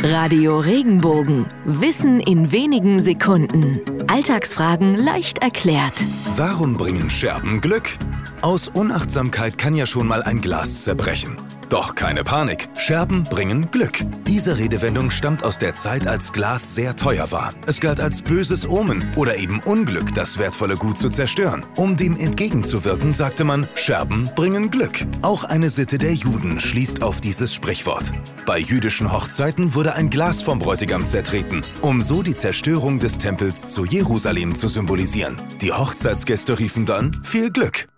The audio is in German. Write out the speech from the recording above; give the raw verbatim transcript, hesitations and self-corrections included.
Radio Regenbogen. Wissen in wenigen Sekunden. Alltagsfragen leicht erklärt. Warum bringen Scherben Glück? Aus Unachtsamkeit kann ja schon mal ein Glas zerbrechen. Doch keine Panik, Scherben bringen Glück. Diese Redewendung stammt aus der Zeit, als Glas sehr teuer war. Es galt als böses Omen oder eben Unglück, das wertvolle Gut zu zerstören. Um dem entgegenzuwirken, sagte man, Scherben bringen Glück. Auch eine Sitte der Juden schließt auf dieses Sprichwort. Bei jüdischen Hochzeiten wurde ein Glas vom Bräutigam zertreten, um so die Zerstörung des Tempels zu Jerusalem zu symbolisieren. Die Hochzeitsgäste riefen dann, viel Glück.